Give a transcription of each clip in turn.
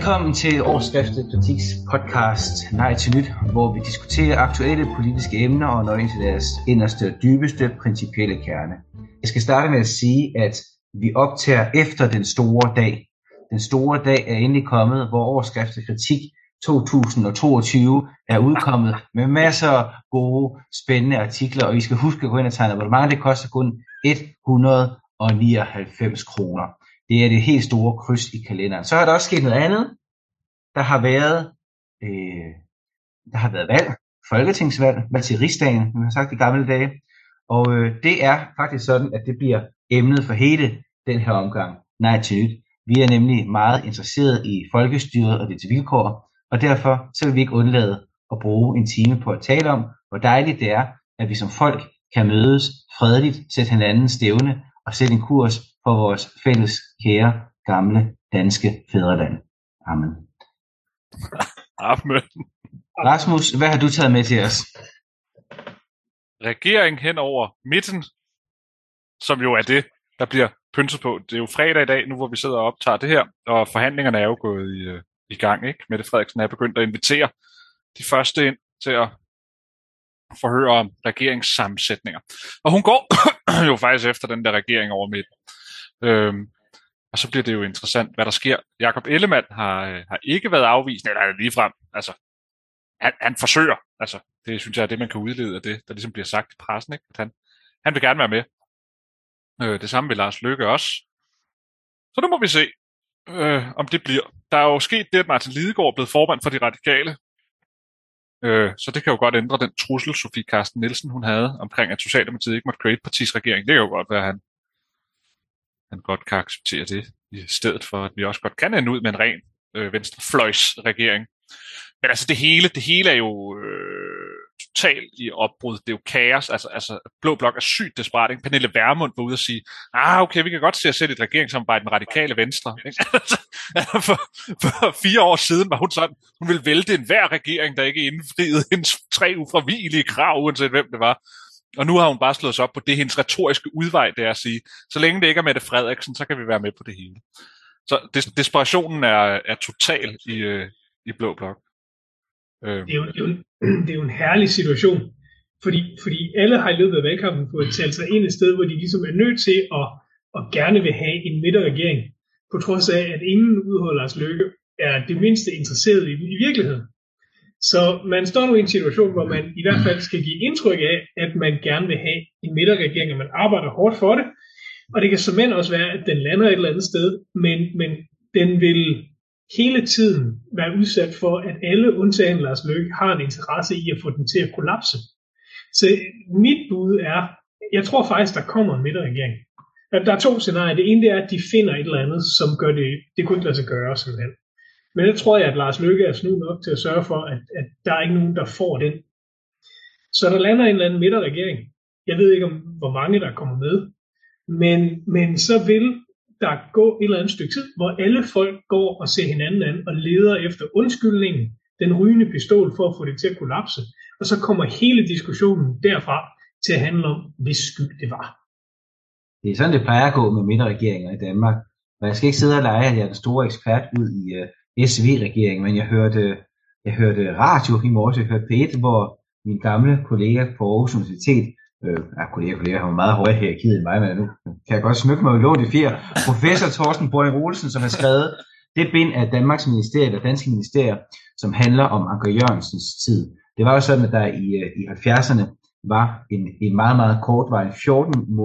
Velkommen til Overskriftet Kritiks podcast Nej til Nyt, hvor vi diskuterer aktuelle politiske emner og når ind til deres inderste og dybeste principielle kerne. Jeg skal starte med at sige, at vi optager efter den store dag. Den store dag er endelig kommet, hvor Overskriftet Kritik 2022 er udkommet med masser af gode, spændende artikler, og I skal huske at gå ind og tegne abonnement. Det koster kun 199 kroner. Det er det helt store kryds i kalenderen. Så er der også sket noget andet. Der har været valg, folketingsvalg, valg til Rigsdagen, som man har sagt i gamle dage. Og det er faktisk sådan, at det bliver emnet for hele den her omgang. Nej til nyt. Vi er nemlig meget interesseret i folkestyret og dets vilkår, og derfor så vil vi ikke undlade at bruge en time på at tale om, hvor dejligt det er, at vi som folk kan mødes fredeligt, sætte hinanden stævne og sætte en kurs for vores fælles kære, gamle, danske fædreland. Amen. Amen. Rasmus, hvad har du taget med til os? Regering hen over midten, som jo er det, der bliver pyntet på. Det er jo fredag i dag, nu hvor vi sidder og optager det her, og forhandlingerne er jo gået i gang, ikke? Mette Frederiksen er begyndt at invitere de første ind til at forhøre om regeringssammensætninger. Og hun går jo faktisk efter den der regering over midten. Og så bliver det jo interessant, hvad der sker. Jakob Ellemann har ikke været afvisende, eller ligefrem, altså, han forsøger, altså, det synes jeg er det, man kan udlede af det, der ligesom bliver sagt i pressen, ikke? At han vil gerne være med. Det samme vil Lars Løkke også. Så nu må vi se, om det bliver. Der er jo sket det, at Martin Lidegaard er blevet formand for de radikale. Så det kan jo godt ændre den trussel, Sofie Carsten Nielsen hun havde, omkring at Socialdemokratiet ikke måtte create partis regering. Det kan jo godt være, at han godt kan acceptere det, i stedet for, at vi også godt kan ende ud med en ren venstrefløjsregering. Men altså det hele er jo totalt i opbrud. Det er jo kaos. Altså Blå Blok er sygt desperat. Ikke? Pernille Vermund var ude og sige, okay, vi kan godt se at sætte et regeringssamarbejde med radikale venstre. For 4 år siden var hun sådan, hun ville vælte enhver regering, der ikke indfriede hendes 3 ufravigelige krav, uanset hvem det var. Og nu har hun bare slået sig op på det, hendes retoriske udvej, det er at sige, så længe det ikke er Mette Frederiksen, så kan vi være med på det hele. Så desperationen er total i Blå Blok. Det er jo en herlig situation, fordi alle har i løbet af valgkampen fået talt sig ind et sted, hvor de ligesom er nødt til at gerne vil have en midterregering, på trods af, at ingen udholder Lars Løkke er det mindste interesseret i virkeligheden. Så man står nu i en situation, hvor man i hvert fald skal give indtryk af, at man gerne vil have en midterregering, og man arbejder hårdt for det. Og det kan såmænd også være, at den lander et eller andet sted, men den vil hele tiden være udsat for, at alle undtagen Lars Løkke har en interesse i at få den til at kollapse. Så mit bud er, jeg tror faktisk, der kommer en midterregering. Der er 2 scenarier. Det ene det er, at de finder et eller andet, som gør det kunne ikke lade sig gøre simpelthen. Men det tror jeg, at Lars Løkke er snu nok til at sørge for, at der er ikke nogen, der får den. Så der lander en eller anden midterregering. Jeg ved ikke, hvor mange der kommer med. Men så vil der gå et eller andet stykke tid, hvor alle folk går og ser hinanden an og leder efter undskyldningen, den rygende pistol for at få det til at kollapse. Og så kommer hele diskussionen derfra til at handle om, hvis skyld det var. Det er sådan, det plejer at gå med midterregeringer i Danmark. Og jeg skal ikke sidde og lege, at jeg er den store ekspert ud i SV-regeringen, men jeg hørte radio i morges, jeg hørte P1, hvor min gamle kollega på Aarhus Universitet, kollega, han var meget højere hierarkiet end mig, men nu kan jeg godt smykke mig i lån i 4. Professor Torsten Boring Olsen, som har skrevet det bind af Danmarks Ministerier, eller Danske Ministerier, som handler om Anker Jørgensens tid. Det var jo sådan, at der i 70'erne var en meget, meget kortvarig 14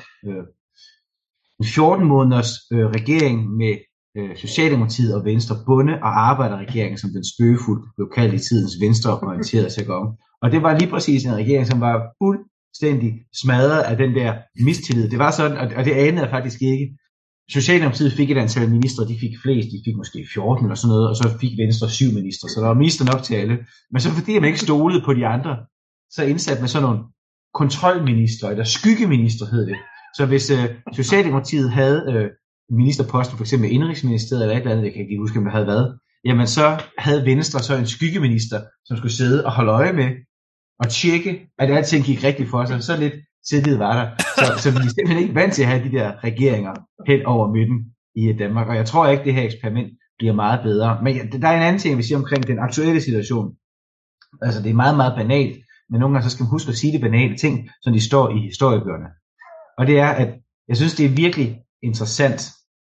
måneders regering med Socialdemokratiet og Venstre, bonde- og arbejderregeringen, som den spøgefuldt blev kaldt i tidens venstreorienterede jargon. Og det var lige præcis en regering, som var fuldstændig smadret af den der mistillid. Det var sådan, og det anede jeg faktisk ikke. Socialdemokratiet fik et antal ministre, de fik flest, de fik måske 14 eller sådan noget, og så fik Venstre 7 ministre, så der var minister nok til alle. Men så fordi man ikke stolede på de andre, så indsatte man sådan nogle kontrolministre, eller skyggeministre hed det. Så hvis Socialdemokratiet havde ministerposten, for eksempel Indenrigsministeriet eller et eller andet, jeg kan ikke huske, om det havde været, jamen så havde Venstre så en skyggeminister, som skulle sidde og holde øje med og tjekke, at alting gik rigtigt for sig. Så lidt tillid var der. Så vi er simpelthen ikke vant til at have de der regeringer hen over midten i Danmark. Og jeg tror ikke, det her eksperiment bliver meget bedre. Men der er en anden ting, jeg vil sige omkring den aktuelle situation. Altså det er meget, meget banalt, men nogle gange så skal man huske at sige de banale ting, som de står i historiebøgerne. Og det er, at jeg synes, det er virkelig interessant,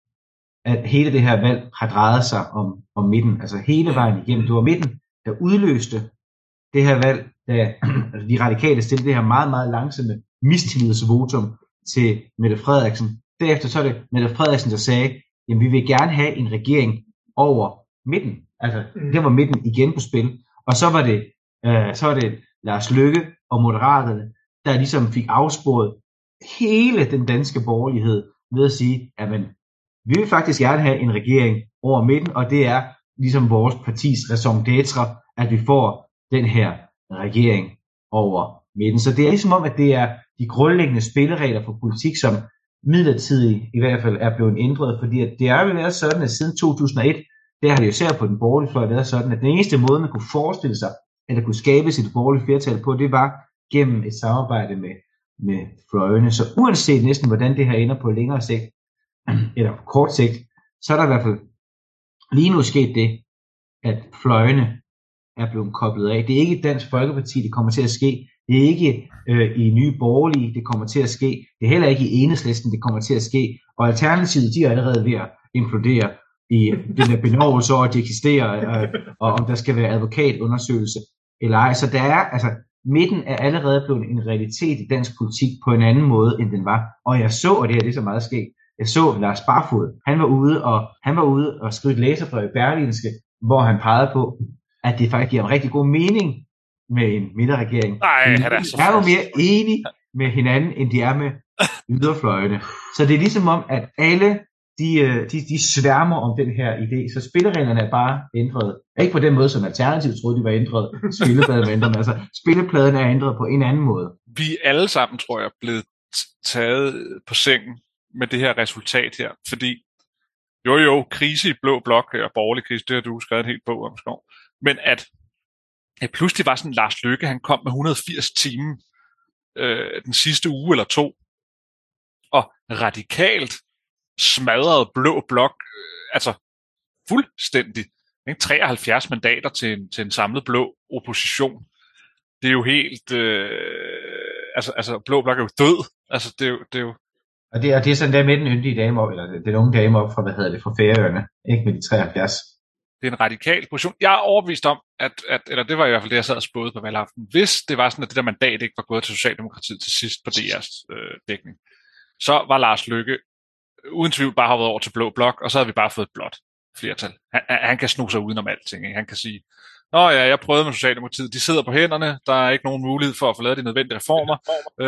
at hele det her valg har drejet sig om midten. Altså hele vejen igennem. Det var midten, der udløste det her valg, da de radikale stillede det her meget, meget langsomme mistillidsvotum til Mette Frederiksen. Derefter så er det Mette Frederiksen, der sagde, jamen vi vil gerne have en regering over midten. Altså det var midten igen på spil. Og så var det Lars Løkke og Moderaterne, der ligesom fik afsporet hele den danske borgerlighed ved at sige, at vi vil faktisk gerne have en regering over midten, og det er ligesom vores partis raison d'être, at vi får den her regering over midten. Så det er ligesom om, at det er de grundlæggende spilleregler for politik, som midlertidigt i hvert fald er blevet ændret, fordi at det er jo været sådan, at siden 2001, der har det jo især på den borgerlige fløj været sådan, at den eneste måde, man kunne forestille sig, at der kunne skabes et borgerligt flertal på, det var gennem et samarbejde med fløjene. Så uanset næsten, hvordan det her ender på længere sigt, eller på kort sigt, så er der i hvert fald lige nu sket det, at fløjene er blevet koblet af. Det er ikke Dansk Folkeparti, det kommer til at ske. Det er ikke i Nye Borgerlige, det kommer til at ske. Det er heller ikke i Enhedslisten, det kommer til at ske. Og Alternativet, de er allerede ved at implodere i den der benovelse over, at de eksisterer, og om der skal være advokatundersøgelse eller ej. Så der er, altså, midten er allerede blevet en realitet i dansk politik på en anden måde, end den var. Og jeg så, og det her det er så meget sket, jeg så Lars Barfoed, han var ude og skrive et læserbrev i Berlingske, hvor han pegede på, at det faktisk giver en rigtig god mening med en midterregering. Han er jo mere enige med hinanden, end de er med yderfløjene. Så det er ligesom om, at alle de sværmer om den her idé, så spillereglerne er bare ændret. Ikke på den måde, som Alternativet troede, de var ændret. Spillepladen var ændret, men altså spillepladen er ændret på en anden måde. Vi er alle sammen, tror jeg, blevet taget på sengen med det her resultat her, fordi krise i blå blok, og borgerlig krise, det har du skrevet en hel bog om, Skov. Men at pludselig var sådan, Lars Løkke, han kom med 180 timer den sidste uge eller to, og radikalt smadrede blå blok, altså fuldstændig, 73 mandater til en samlet blå opposition. Det er jo helt, altså blå blok er jo død, altså det er jo Og det er sådan der med den yndige dame op, eller den unge dame op fra, fra Færøerne, ikke med de 73. Det er en radikal position. Jeg er overbevist om, eller det var i hvert fald det, jeg sad og spåede på valgaften. Hvis det var sådan, at det der mandat ikke var gået til Socialdemokratiet til sidst på DR's dækning, så var Lars Løkke uden tvivl bare hoppet over til blå blok, og så havde vi bare fået et blåt flertal. Han kan snu sig udenom alting. Ikke? Han kan sige, jeg prøvede med Socialdemokratiet, de sidder på hænderne, der er ikke nogen mulighed for at få lavet de nødvendige reformer,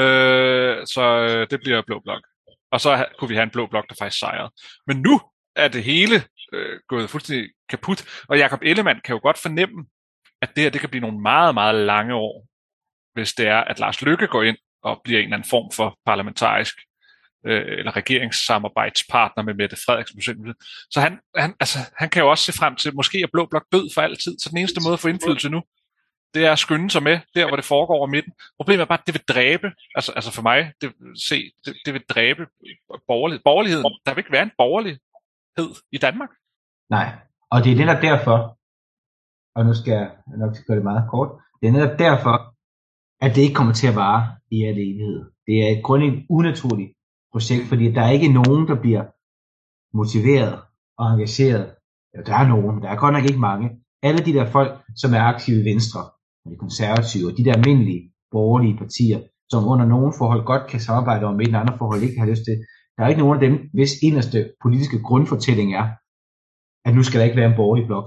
så det bliver blå blok. Og så kunne vi have en blå blok, der faktisk sejrede. Men nu er det hele gået fuldstændig kaput, og Jakob Ellemann kan jo godt fornemme, at det her det kan blive nogle meget, meget lange år, hvis det er, at Lars Løkke går ind og bliver en eller anden form for parlamentarisk eller regeringssamarbejdspartner med Mette Frederiksen. Så han kan jo også se frem til, måske er blå blok død for altid, så den eneste måde at få indflydelse nu, det er at skynde sig med, der hvor det foregår over midten. Problemet er bare, at det vil dræbe, altså for mig, det vil dræbe borgerligheden. Der vil ikke være en borgerlighed i Danmark. Nej, og det er netop derfor, og nu skal jeg nok gøre det meget kort, det er netop derfor, at det ikke kommer til at vare i al evighed. Det er et grundlæggende unaturligt projekt, fordi der er ikke nogen, der bliver motiveret og engageret. Ja, der er nogen, men der er godt nok ikke mange. Alle de der folk, som er aktive i Venstre, og de konservative, og de der almindelige borgerlige partier, som under nogle forhold godt kan samarbejde, og med andre forhold ikke har lyst til. Der er ikke nogen af dem, hvis eneste politiske grundfortælling er, at nu skal der ikke være en borgerlig blok.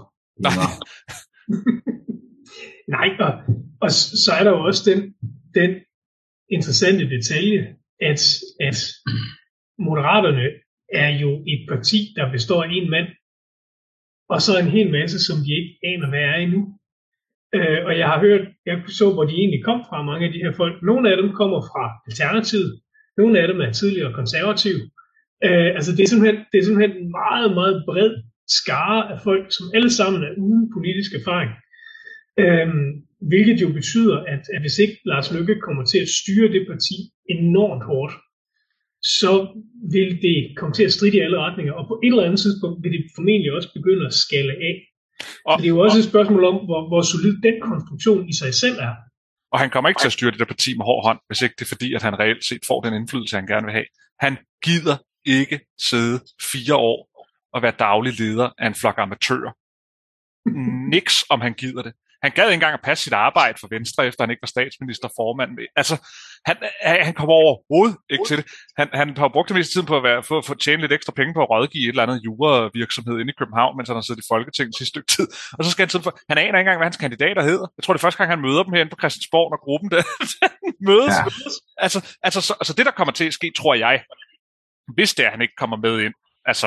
Nej, og så er der jo også den interessante detalje, at Moderaterne er jo et parti, der består af en mand, og så en hel masse, som de ikke aner, hvad er endnu. Og jeg så, hvor de egentlig kom fra, mange af de her folk. Nogle af dem kommer fra Alternativet, nogle af dem er tidligere konservative. Altså det er simpelthen en meget, meget bred skare af folk, som alle sammen er uden politisk erfaring. Hvilket jo betyder, at hvis ikke Lars Løkke kommer til at styre det parti enormt hårdt, så vil det komme til at stride i alle retninger, og på et eller andet tidspunkt vil det formentlig også begynde at skale af. Og det er jo også et spørgsmål om, hvor solid den konstruktion i sig selv er. Og han kommer ikke til at styre det der parti med hård hånd, hvis ikke det er fordi, at han reelt set får den indflydelse, han gerne vil have. Han gider ikke sidde 4 år og være daglig leder af en flok amatører. Niks, om han gider det. Han gad ikke engang at passe sit arbejde for Venstre, efter han ikke var statsminister og formand. Altså, han kommer overhovedet ikke til det. Han har brugt det meste tiden på at tjene lidt ekstra penge på at rådgive et eller andet juravirksomhed inde i København, mens han har siddet i Folketinget sidste stykke tid. Og så skal han sidde for... Han aner ikke engang, hvad hans kandidater hedder. Jeg tror, det er første gang, han møder dem herinde på Christiansborg, når gruppen der mødes. Ja. Så det, der kommer til at ske, tror jeg, hvis det er, han ikke kommer med ind, altså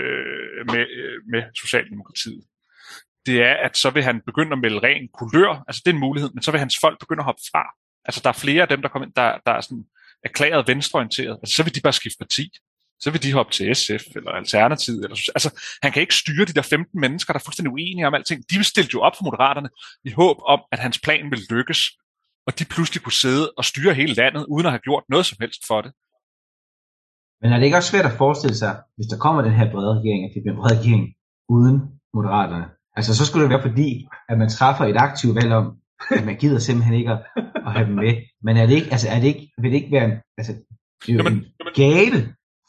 med Socialdemokratiet, det er, at så vil han begynde at melde ren kulør. Altså, det er en mulighed, men så vil hans folk begynde at hoppe fra. Altså, der er flere af dem, der kommer ind, der er sådan erklæret venstreorienteret. Altså, så vil de bare skifte parti. Så vil de hoppe til SF eller Alternativet. Altså, han kan ikke styre de der 15 mennesker, der er fuldstændig uenige om alting. De vil stille jo op for Moderaterne i håb om, at hans plan vil lykkes. Og de pludselig kunne sidde og styre hele landet, uden at have gjort noget som helst for det. Men er det ikke også svært at forestille sig, hvis der kommer den her brede regering, at det bliver en bred regering uden Moderaterne? Altså, så skulle det være fordi, at man træffer et aktivt valg om, at man gider simpelthen ikke at have dem med. Men er det ikke, altså, vil det ikke være det er jo en gave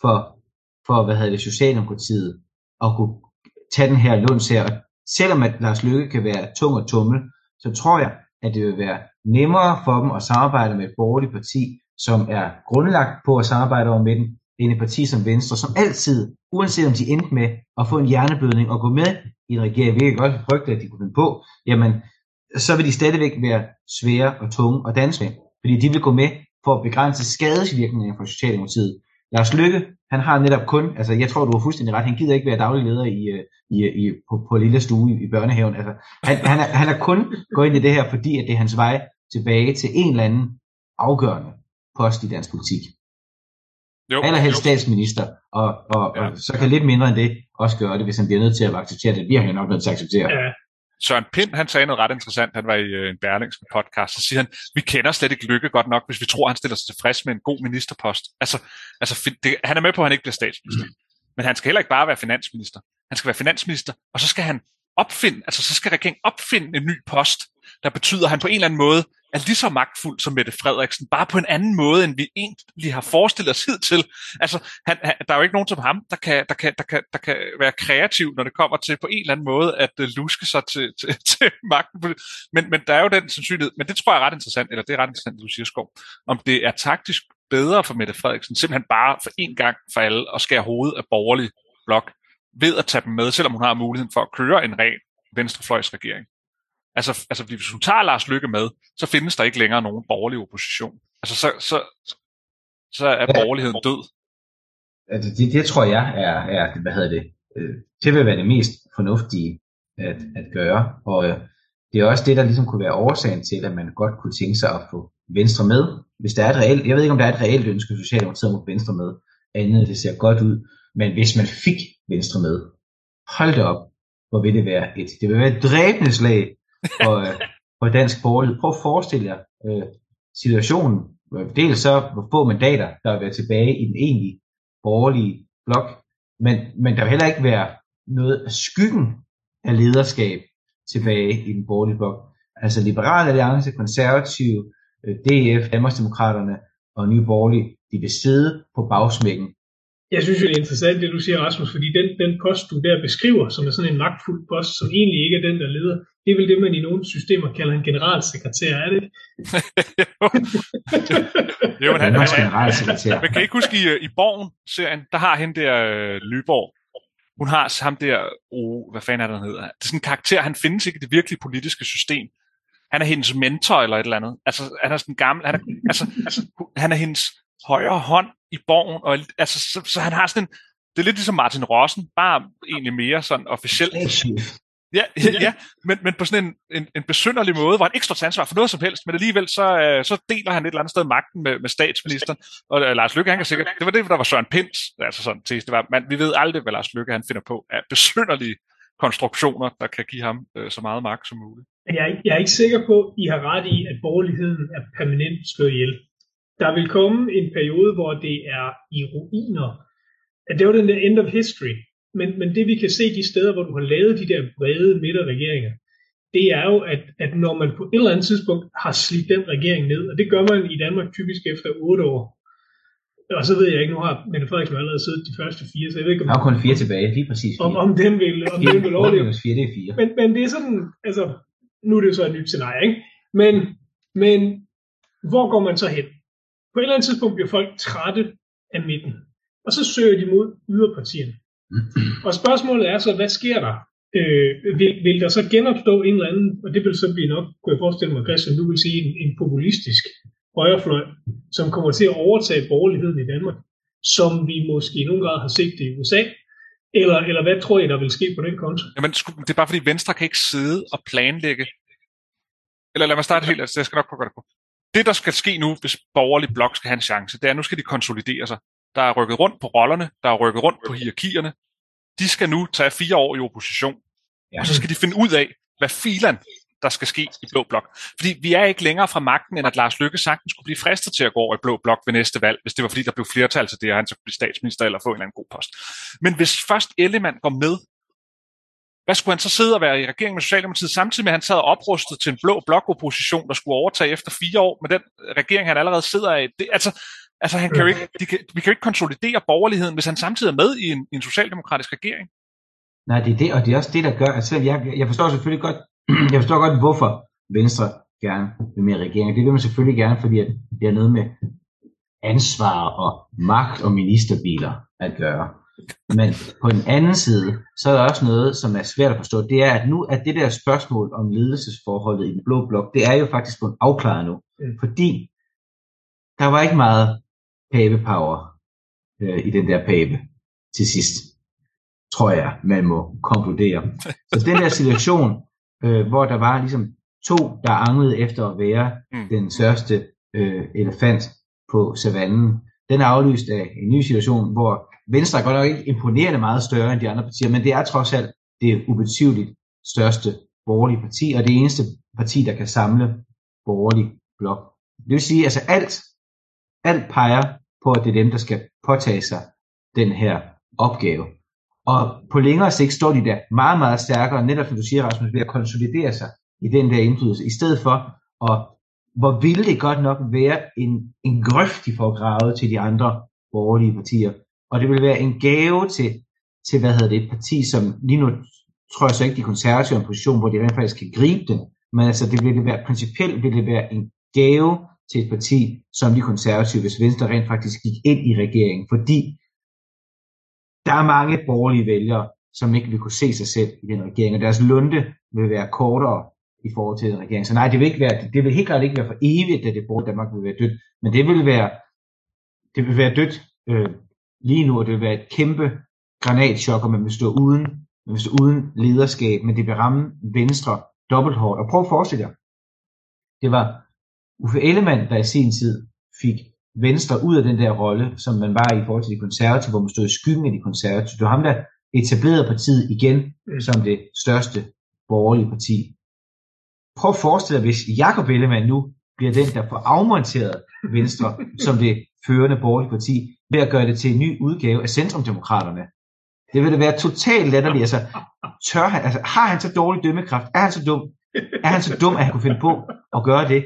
for Socialdemokratiet at kunne tage den her lunds her. Og selvom at Lars Løkke kan være tung og tummel, så tror jeg, at det vil være nemmere for dem at samarbejde med et borgerligt parti, som er grundlagt på at samarbejde over midten, end et parti som Venstre, som altid, uanset om de endte med at få en hjerneblødning og gå med i en regering, hvilket godt frygte, at de kunne finde på, jamen, så vil de stadigvæk være svære og tunge og danse med, fordi de vil gå med for at begrænse skadesvirkninger for Socialdemokratiet. Lars Løkke, han har netop kun, altså jeg tror, du har fuldstændig ret, han gider ikke være daglig leder på lille stue i børnehaven. Altså, han er kun gået ind i det her, fordi at det er hans vej tilbage til en eller anden afgørende post i dansk politik. Allerhelst statsminister, og så kan lidt mindre end det også gøre det, hvis han bliver nødt til at acceptere det. Vi har jo nok nødt til at acceptere. Ja. Søren Pind, han sagde noget ret interessant. Han var i en Berlingske podcast, så siger han, vi kender slet ikke Løkke godt nok, hvis vi tror, han stiller sig tilfreds med en god ministerpost. Altså han er med på, at han ikke bliver statsminister. Men han skal heller ikke bare være finansminister. Han skal være finansminister, og så skal han så skal regeringen opfinde en ny post, der betyder, at han på en eller anden måde er lige så magtfuld som Mette Frederiksen, bare på en anden måde, end vi egentlig har forestillet os hidtil. Altså, der er jo ikke nogen som ham, der kan være kreativ, når det kommer til på en eller anden måde at luske sig til magten. Men der er jo den sandsynlighed, men det tror jeg er ret interessant, eller det er ret interessant, det du siger, Skov, om det er taktisk bedre for Mette Frederiksen, simpelthen bare for en gang for alle at skære hovedet af borgerlig blok, ved at tage dem med, selvom hun har muligheden for at køre en ren venstrefløjsregering. Altså, hvis hun tager Lars Løkke med, så findes der ikke længere nogen borgerlig opposition. Altså, så er borgerligheden død. Altså, det tror jeg er det vil være det mest fornuftige at gøre. Og det er også det, der ligesom kunne være årsagen til, at man godt kunne tænke sig at få Venstre med. Hvis der er et reelt, jeg ved ikke, om der er et reelt ønske, at Socialdemokratiet må Venstre med, andet det ser godt ud. Men hvis man fik Venstre med, hold det op, hvor vil det være det vil være et dræbende slag for dansk borgerlighed. Prøv at forestille jer situationen. Dels så hvor få mandater, der vil være tilbage i den egentlige borgerlige blok, men der vil heller ikke være noget af skyggen af lederskab tilbage i den borgerlige blok. Altså Liberal Alliance, Konservative, DF, Danmarksdemokraterne og Nye Borgerlige, de vil sidde på bagsmækken. Jeg synes jo, det er interessant, det du siger, Rasmus, fordi den post, du der beskriver, som er sådan en magtfuld post, som egentlig ikke er den, der leder, det er vel det, man i nogle systemer kalder en generalsekretær, er det ikke? Jo, men han er generalsekretær. Man kan ikke huske i Borgen-serien, der har hende der Lyborg. Hun har ham der, hvad fanden er det, han hedder? Det er sådan en karakter, han findes ikke i det virkelige politiske system. Han er hendes mentor eller et eller andet. Altså, han er sådan gammel, han er hendes højre hånd i Borgen, og altså, så han har sådan en, det er lidt ligesom Martin Rossen, bare egentlig mere sådan officielt. Ja, men på sådan en besynderlig måde, hvor han ikke står til ansvar for noget som helst, men alligevel så deler han et eller andet sted magten med statsministeren, og Lars Løkke, han kan sikkert, det var det, der var Søren Pinds, altså sådan til, det var, men vi ved aldrig, hvad Lars Løkke, han finder på af besynderlige konstruktioner, der kan give ham så meget magt som muligt. Jeg er ikke sikker på, at I har ret i, at borgerligheden er permanent slået ihjel. der vil komme en periode, hvor det er i ruiner. At det var den der end of history. Men det vi kan se de steder, hvor du har lavet de der brede midterregeringer, det er jo, at når man på et eller andet tidspunkt har slidt den regering ned, og det gør man i Danmark typisk efter 8 år, og så ved jeg ikke, nu har Mette Frederiksen allerede siddet de første 4, så jeg ved ikke, der er kun 4 tilbage, lige præcis 4. Om den vil overleve. 4, det er 4. Men det er sådan, altså, nu er det jo så et nyt scenarie, ikke? Men hvor går man så hen? På et eller andet tidspunkt bliver folk trætte af midten, og så søger de mod yderpartierne. Og spørgsmålet er så, hvad sker der? Vil der så genopstå en eller anden, og det vil så blive nok, kunne jeg forestille mig, Christian, du vil sige, en populistisk højrefløj, som kommer til at overtage borgerligheden i Danmark, som vi måske i nogen grad har set det i USA, eller hvad tror I, der vil ske på den konto? Jamen, det er bare fordi Venstre kan ikke sidde og planlægge. Eller lad mig starte helt, altså jeg skal nok prøve at gøre det på. Det, der skal ske nu, hvis borgerlig blok skal have en chance, det er, at nu skal de konsolidere sig. Der er rykket rundt på rollerne, der er rykket rundt på hierarkierne. De skal nu tage 4 år i opposition, og så skal de finde ud af, hvad filan der skal ske i blå blok. Fordi vi er ikke længere fra magten, end at Lars Løkke sagtens skulle blive fristet til at gå over i blå blok ved næste valg, hvis det var fordi, der blev flertal til det, og han så kunne blive statsminister eller få en eller anden god post. Men hvis først Ellemann går med, hvad skulle han så sidde og være i regeringen med Socialdemokratiet, samtidig med, at han sad oprustet til en blå blok-opposition, der skulle overtage efter 4 år med den regering, han allerede sidder af? Altså han kan jo ikke, vi kan jo ikke konsolidere borgerligheden, hvis han samtidig er med i en socialdemokratisk regering. Nej, det er det, og det er også det, der gør, at selv jeg forstår selvfølgelig godt, hvorfor Venstre gerne vil med regering. Det vil man selvfølgelig gerne, fordi at det er noget med ansvar og magt og ministerbiler at gøre. Men på den anden side, så er der også noget, som er svært at forstå. Det er, at nu er det der spørgsmål om ledelsesforholdet i den blå blok, det er jo faktisk blevet afklaret nu. Fordi der var ikke meget pavepower i den der pave til sidst, tror jeg, man må konkludere. Så den der situation, hvor der var ligesom 2, der anglede efter at være den største elefant på savannen, den er aflyst af en ny situation, hvor Venstre er godt nok ikke imponerende meget større end de andre partier, men det er trods alt det ubetvivligt største borgerlige parti, og det eneste parti, der kan samle borgerlig blok. Det vil sige, altså alt peger på, at det er dem, der skal påtage sig den her opgave. Og på længere sigt står de der meget, meget stærkere, netop som du siger, Rasmus, ved at konsolidere sig i den der indflydelse, i stedet for, og hvor ville det godt nok være en grøft, de får gravet til de andre borgerlige partier. Og det vil være en gave til et parti, som lige nu, tror jeg så ikke, de konservative er en position, hvor de rent faktisk kan gribe den, men altså principielt vil det være en gave til et parti, som de konservative, hvis Venstre rent faktisk gik ind i regeringen, fordi der er mange borgerlige vælgere, som ikke vil kunne se sig selv i den regering, og deres lunte vil være kortere i forhold til den regering. Så nej, det vil helt klart ikke være for evigt, at det borgerlige Danmark vil være dødt, men det vil være dødt lige nu, og det vil være et kæmpe granatchok, og man vil stå uden lederskab, men det vil ramme Venstre dobbelt hårdt. Og prøv at forestille jer, det var Uffe Ellemann, der i sin tid fik Venstre ud af den der rolle, som man var i forhold til de konservative, hvor man stod i skyggen af de konservative. Det var ham, der etablerede partiet igen som det største borgerlige parti. Prøv at forestille dig, hvis Jakob Ellemann nu bliver den, der får afmonteret Venstre som det førende borgerlige parti, ved at gøre det til en ny udgave af Centrumdemokraterne. Det vil det være totalt latterligt. Altså, har han så dårlig dømmekraft? Er han så dum, at han kunne finde på at gøre det?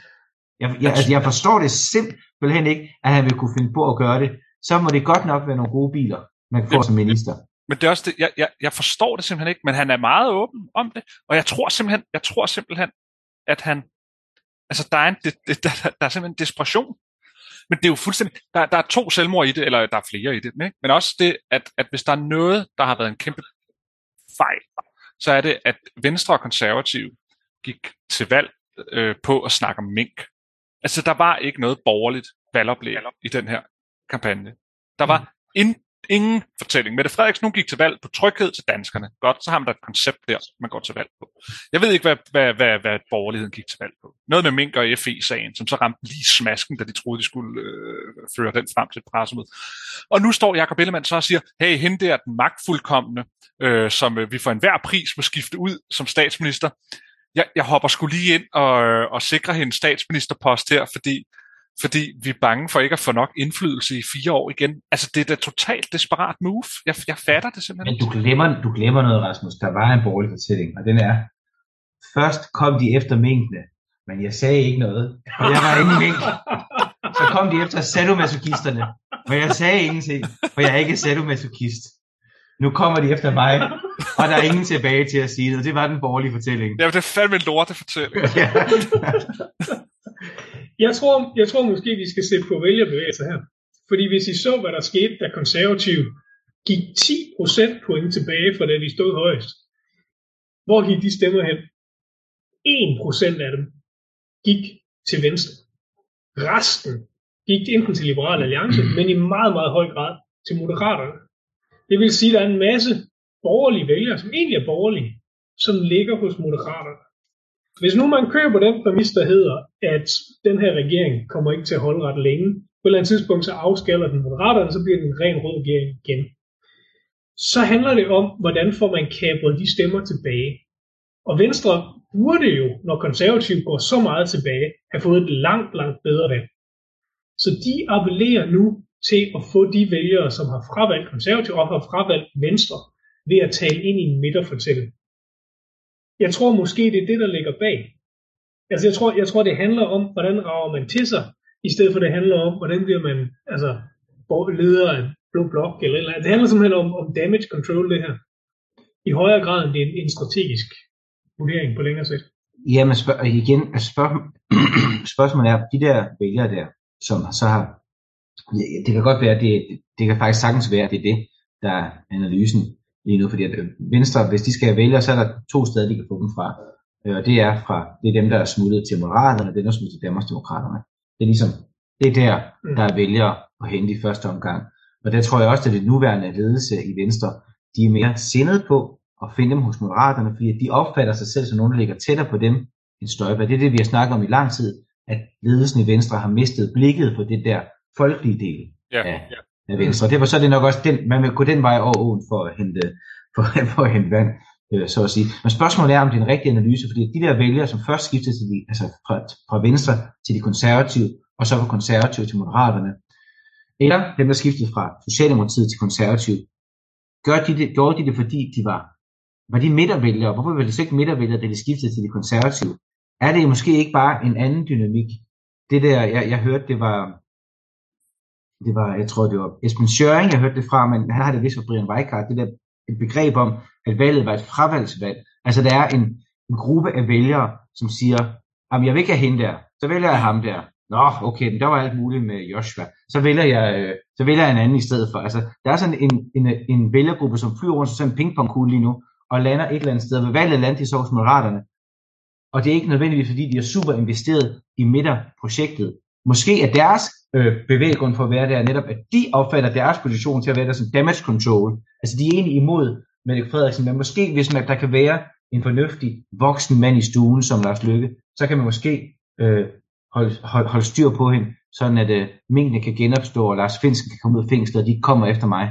Jeg forstår det simpelthen ikke, at han vil kunne finde på at gøre det. Så må det godt nok være nogle gode biler, man får som minister. Men det er også det, jeg forstår det simpelthen ikke, men han er meget åben om det, og jeg tror simpelthen, at han, altså der er simpelthen desperation. Men det er jo fuldstændig, der er 2 selvmord i det, eller der er flere i det, ikke? Men også det, at hvis der er noget, der har været en kæmpe fejl, så er det, at Venstre og Konservative gik til valg på at snakke om mink. Altså, der var ikke noget borgerligt valgoplæg i den her kampagne. Der var ingen fortælling. Mette Frederiksen, hun gik til valg på tryghed til danskerne. Godt, så har man da et koncept der, man går til valg på. Jeg ved ikke, hvad borgerligheden gik til valg på. Noget med mink og FE-sagen, som så ramte lige smasken, da de troede, de skulle føre den frem til et pressemøde. Og nu står Jakob Ellemann så og siger, hey, hende der den magtfuldkomne, som vi for enhver pris må skifte ud som statsminister. Jeg hopper sgu lige ind og sikrer hende statsministerpost her, fordi fordi vi er bange for ikke at få nok indflydelse i 4 år igen. Altså, det er da totalt desperat move. Jeg fatter det simpelthen. Men du glemmer noget, Rasmus. Der var en borgerlig fortælling, og den er, først kom de efter minkene, men jeg sagde ikke noget, for jeg var inde i mink. Så kom de efter sadomasochisterne, og jeg sagde ingenting, for jeg er ikke sadomasochist. Nu kommer de efter mig, og der er ingen tilbage til at sige det. Det var den borgerlige fortælling. Ja, det er fandme en lortefortælling. Ja. Jeg tror måske, vi skal se på vælgerbevægelser her. Fordi hvis I så, hvad der skete, da konservative gik 10 procentpoint tilbage fra da de stod højst. Hvor gik de stemmer hen? 1% af dem gik til venstre. Resten gik enten til Liberal Alliance, men i meget, meget høj grad til Moderaterne. Det vil sige, at der er en masse borgerlige vælgere, som egentlig er borgerlige, som ligger hos Moderaterne. Hvis nu man køber den præmis, der hedder, at den her regering kommer ikke til at holde ret længe, på et eller andet tidspunkt så afskaller den Moderaterne, så bliver den en ren rød regering igen. Så handler det om, hvordan får man kapret de stemmer tilbage. Og Venstre burde jo, når konservative går så meget tilbage, have fået et langt, langt bedre valg. Så de appellerer nu til at få de vælgere, som har fravalgt konservative og har fravalgt Venstre, ved at tale ind i en midterfortælling. Jeg tror måske, det er det, der ligger bag. Altså jeg tror det handler om, hvordan rager man til sig, i stedet for det handler om, hvordan bliver man leder af blå blok eller eller andet. Det handler simpelthen om damage control, det her. I højere grad end det er en strategisk vurdering på længere sigt. Jamen spørgsmålet er, de der vælgere der, som så har, det kan godt være, det kan faktisk sagtens være, at det er det, der er analysen lige nu, fordi at Venstre, hvis de skal vælge, så er der 2 steder, de kan få dem fra, og det er dem, der er smuttet til Moderaterne, og det er dem, der er smuttet til Danmarksdemokraterne. Det er ligesom, det er der er vælgere at hente i første omgang, og der tror jeg også, at det nuværende ledelse i Venstre, de er mere sindet på at finde dem hos Moderaterne, fordi de opfatter sig selv som nogen, der ligger tættere på dem end Støjberg. Det er det, vi har snakket om i lang tid, at ledelsen i Venstre har mistet blikket på det der folkelige del af Venstre. Derfor så er det nok også man vil gå den vej over åen for at hente vand, så at sige. Men spørgsmålet er, om det er en rigtig analyse, fordi de der vælgere, som først skifter til fra Venstre til de konservative, og så fra konservative til Moderaterne, eller dem, der skiftede fra Socialdemokratiet til konservative, gjorde de det, fordi de var de midtervælgere? Hvorfor var det så ikke midtervælgere, da de skiftede til de konservative? Er det måske ikke bare en anden dynamik? Det der, jeg hørte, det var, jeg tror det var Esben Schøring, jeg hørte det fra, men han har det vist fra Brian Weikart, det der et begreb om, at valget var et fravalgsvalg. Altså der er en gruppe af vælgere, som siger, jamen jeg vil ikke have hende der, så vælger jeg ham der. Nå, okay, men der var alt muligt med Joshua. Så vælger jeg en anden i stedet for. Altså der er sådan en vælgergruppe, som flyver rundt som en pingpongkugle lige nu, og lander et eller andet sted. Ved valget lander de så hos Moderaterne. Og det er ikke nødvendigvis, fordi de er super investeret i midterprojektet. Måske er deres bevæggrund for at være der netop, at de opfatter deres position til at være der som damage control. Altså de er egentlig imod Mette Frederiksen, men måske hvis der kan være en fornuftig voksen mand i stuen som Lars Løkke, så kan man måske holde styr på hende, sådan at minkene kan genopstå, og Lars Findsen kan komme ud af fængslet, og de kommer efter mig.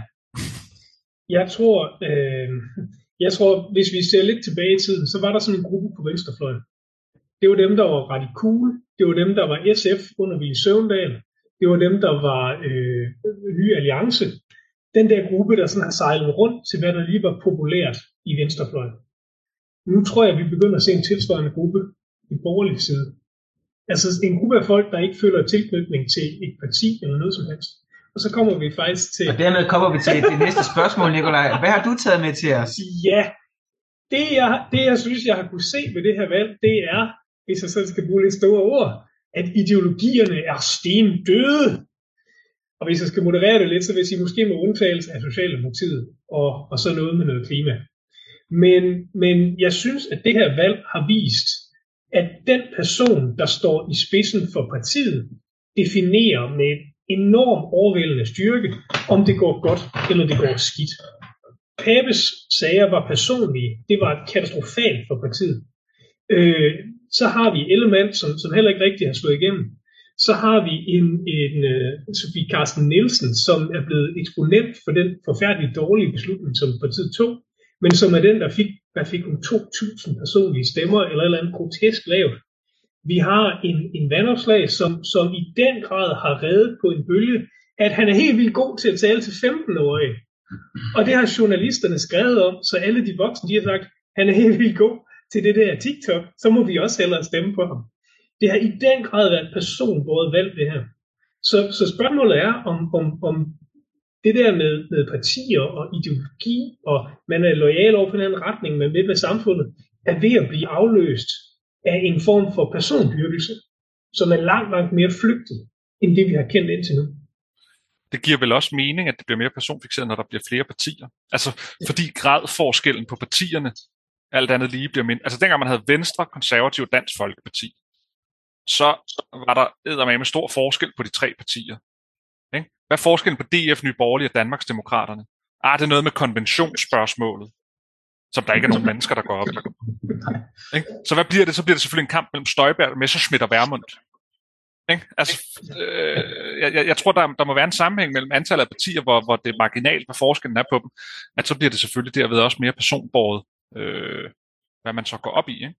Jeg tror, hvis vi ser lidt tilbage i tiden, så var der sådan en gruppe på venstrefløjen. Det var dem, der var ret cool. Det var dem, der var SF under Villy Søvndal. Det var dem, der var Ny Alliance. Den der gruppe, der sådan har sejlet rundt til, hvad der lige var populært i venstrefløjen. Nu tror jeg, vi begynder at se en tilsvarende gruppe i borgerlig side. Altså en gruppe af folk, der ikke føler tilknytning til et parti eller noget som helst. Og så kommer vi faktisk til... Og dermed kommer vi til det næste spørgsmål, Nikolaj. Hvad har du taget med til os? Ja, det jeg synes, jeg har kunne se ved det her valg, det er, hvis jeg selv skal bruge lidt store ord, at ideologierne er stendøde. Og hvis jeg skal moderere det lidt, så vil jeg sige måske med undtagelse af Socialdemokratiet og så noget med noget klima. Men jeg synes, at det her valg har vist, at den person, der står i spidsen for partiet, definerer med enorm overvældende styrke, om det går godt eller det går skidt. Papes sager var personlige. Det var katastrofalt for partiet. Så har vi Ellemann, som heller ikke rigtig har slået igennem. Så har vi en Sofie Carsten Nielsen, som er blevet eksponent for den forfærdeligt dårlige beslutning, som partiet tog, men som er den, der fik hun 2.000 personlige stemmer, eller et eller andet grotesk lavt. Vi har en vandopslag, som i den grad har reddet på en bølge, at han er helt vildt god til at tale til 15-årige. Og det har journalisterne skrevet om, så alle de voksne, de har sagt, han er helt vildt god til det der TikTok, så må vi også hellere stemme på ham. Det har i den grad været personbåret valg, det her. Så spørgsmålet er, om det der med partier og ideologi, og man er lojal over for en anden retning, man vil med samfundet, er ved at blive afløst af en form for persondyrkelse, som er langt mere flygtig, end det vi har kendt indtil nu. Det giver vel også mening, at det bliver mere personfikseret, når der bliver flere partier. Altså, fordi gradforskellen på partierne, alt andet lige, bliver mindre. Altså, dengang man havde Venstre, Konservativ og Dansk Folkeparti, så var der eddermame stor forskel på de tre partier. Ikke? Hvad er forskellen på DF, Nye Borgerlige og Danmarksdemokraterne? Det er noget med konventionsspørgsmålet, som der ikke er nogen mennesker, der går op i. Ikke? Så hvad bliver det? Så bliver det selvfølgelig en kamp mellem Støjberg, Messerschmidt og Vermund. Ikke? Altså, jeg tror, der må være en sammenhæng mellem antallet af partier, hvor det er marginalt, hvad forskellen er på dem, at så bliver det selvfølgelig derved også mere personbåret, hvad man så går op i. Ikke?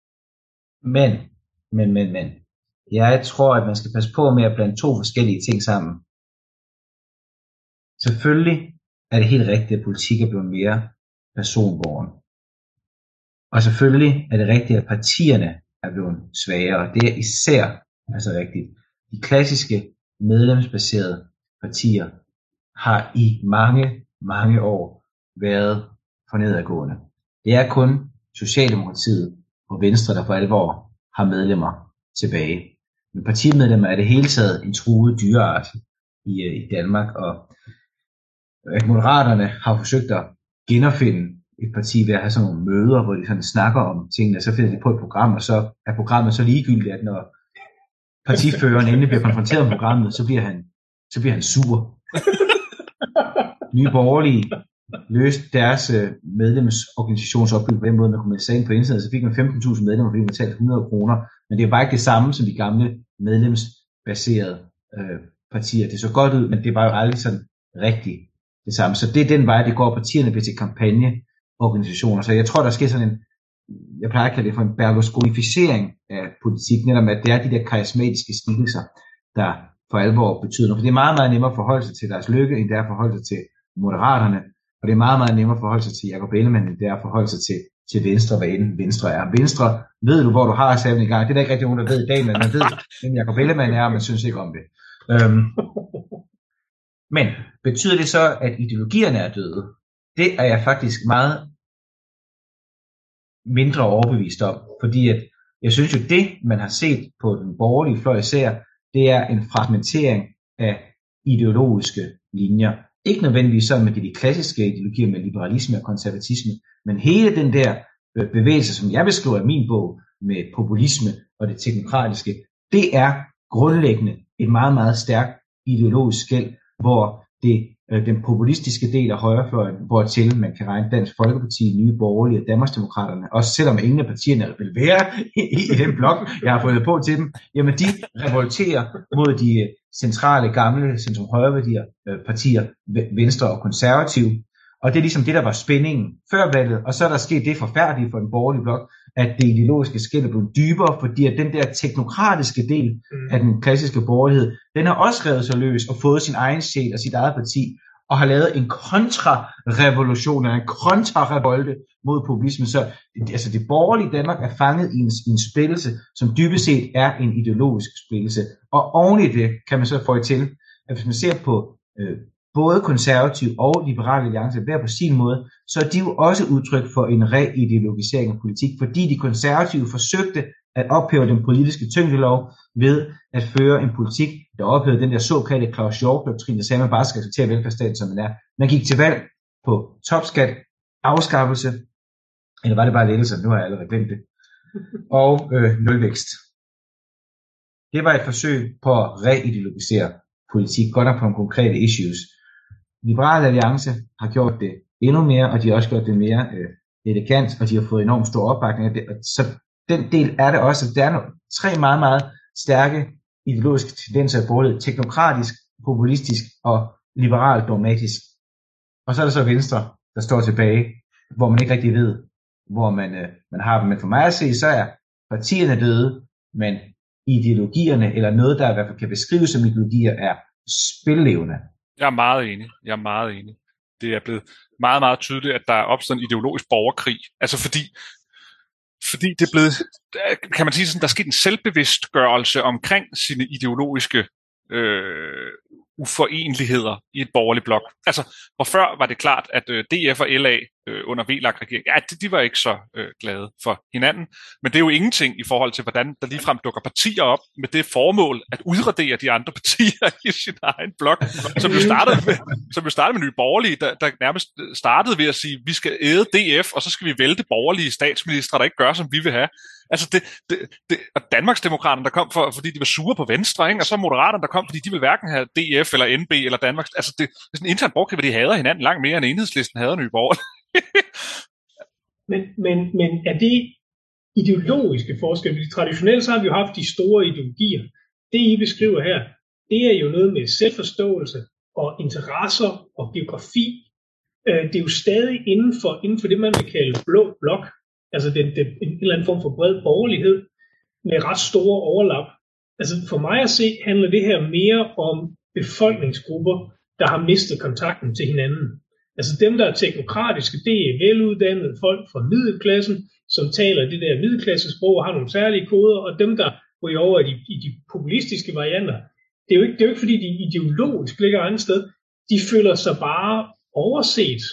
Men. Jeg tror, at man skal passe på med at blande to forskellige ting sammen. Selvfølgelig er det helt rigtigt, at politik er blevet mere personbåren. Og selvfølgelig er det rigtigt, at partierne er blevet svagere. Det er især altså rigtigt. De klassiske medlemsbaserede partier har i mange år været for nedadgående. Det er kun Socialdemokratiet og Venstre, der for alvor har medlemmer tilbage. Men partimedlemmer er det hele taget en truet dyreart i Danmark, og at Moderaterne har forsøgt at genopfinde et parti ved at have sådan nogle møder, hvor de sådan snakker om tingene, så finder de på et program, og så er programmet så ligegyldigt, at når partiføreren endelig bliver konfronteret med programmet, så bliver han sur. Nye Borgerlige løste deres medlemsorganisationsopbygning på den måde, man kunne melde sig ind på internet, så fik man 15.000 medlemmer, fordi man betalte 100 kroner, men det er bare ikke det samme som de gamle medlemsbaserede partier. Det så godt ud, men det var jo aldrig sådan rigtigt det samme. Så det er den vej, det går. Partierne bliver til kampagneorganisationer. Så jeg tror, der sker sådan en, jeg plejer at kalde det for en berlusconificering af politik, netop at det er de der karismatiske skikkelser, der for alvor betyder noget. For det er meget nemmere at forholde sig til Lars Løkke, end det er at forholde sig til Moderaterne. Og det er meget nemmere at forholde sig til Jakob Ellemann, end det er at forholde sig til Venstre, hvad end Venstre er. Venstre, ved du, hvor du har sagen i gang? Det er der ikke rigtig nogen, der ved i dag, men man ved, hvem Jakob Ellemann er, og man synes ikke om det. Men betyder det så, at ideologierne er døde? Det er jeg faktisk meget mindre overbevist om, fordi at jeg synes jo, det man har set på den borgerlige fløj især, det er en fragmentering af ideologiske linjer. Ikke nødvendigvis sådan med de klassiske ideologier med liberalisme og konservatisme, men hele den der bevægelse, som jeg beskriver i min bog, med populisme og det teknokratiske, det er grundlæggende et meget stærkt ideologisk skel, hvor den populistiske del af højrefløjen, hvortil man kan regne Dansk Folkeparti, Nye Borgerlige og Danmarksdemokraterne, også selvom ingen af partierne vil være i den blok, jeg har fået på til dem, jamen de revolterer mod de centrale, gamle centrum-højreværdier, partier, Venstre og Konservative, og det er ligesom det, der var spændingen før valget, og så er der sket det forfærdelige for den borgerlige blok, at det ideologiske skel er blevet dybere, fordi at den der teknokratiske del af den klassiske borgerlighed, den har også revet sig løs og fået sin egen sjæl og sit eget parti, og har lavet en kontrarevolution, en kontrarevolte mod populismen. Så altså det borgerlige Danmark er fanget i en splittelse, som dybest set er en ideologisk splittelse. Og oven i det kan man så få til, at hvis man ser på både konservativ og liberale alliance hver på sin måde, så er de jo også udtryk for en reideologisering af politik, fordi de konservative forsøgte at ophæve den politiske tyngdelov ved at føre en politik, der ophævede den der såkaldte Claus Hjort-doktrin, der sagde, at man bare skal acceptere velfærdsstaten, som den er. Man gik til valg på topskat, afskaffelse, eller var det bare lettelser, nu har jeg allerede glemt det, og nulvækst. Det var et forsøg på at reideologisere politik, godt nok på nogle konkrete issues. Liberale Alliance har gjort det endnu mere, og de har også gjort det mere elegant, og de har fået enormt stor opbakning af det. Så den del er det også. Der er tre meget stærke ideologiske tendenser i borgerlighed: teknokratisk, populistisk og liberalt dogmatisk. Og så er der så Venstre, der står tilbage, hvor man ikke rigtig ved, hvor man har dem. Men for mig at se, så er partierne døde, men ideologierne, eller noget, der i hvert fald kan beskrives som ideologier, er spillevende. Jeg er meget enig. Det er blevet meget, meget tydeligt, at der er opstået en ideologisk borgerkrig. Altså fordi det er blevet, kan man sige sådan, der er sket en selvbevidstgørelse omkring sine ideologiske uforenligheder i et borgerligt blok. Altså, hvor før var det klart, at DF og LA under VLAG-regeringen, ja, de var ikke så glade for hinanden, men det er jo ingenting i forhold til, hvordan der ligefrem dukker partier op med det formål at udradere de andre partier i sin egen blok, som jo startede med Nye Borgerlige, der nærmest startede ved at sige, vi skal æde DF, og så skal vi vælte borgerlige statsministre, der ikke gør, som vi vil have. Altså og Danmarksdemokraterne, der kom fordi de var sure på Venstre, ikke? Og så Moderaterne, der kom, fordi de ville hverken have DF eller NB eller Danmarks. Altså det er sådan en intern borgerkrig, hvor de hader hinanden langt mere end Enhedslisten hader Nye Borgerlige. men er det ideologiske forskelle? Traditionelt så har vi jo haft de store ideologier. Det I beskriver her, det er jo noget med selvforståelse og interesser og geografi. Det er jo stadig inden for det, man vil kalde blå blok. Altså en eller anden form for bred borgerlighed med ret store overlap. Altså for mig at se, handler det her mere om befolkningsgrupper, der har mistet kontakten til hinanden. Altså dem, der er teknokratiske, det er veluddannede folk fra middelklassen, som taler det der middelklassesprog og har nogle særlige koder, og dem, der ryger over i de populistiske varianter, det er jo ikke fordi de ideologisk ligger et andet sted. De føler sig bare overset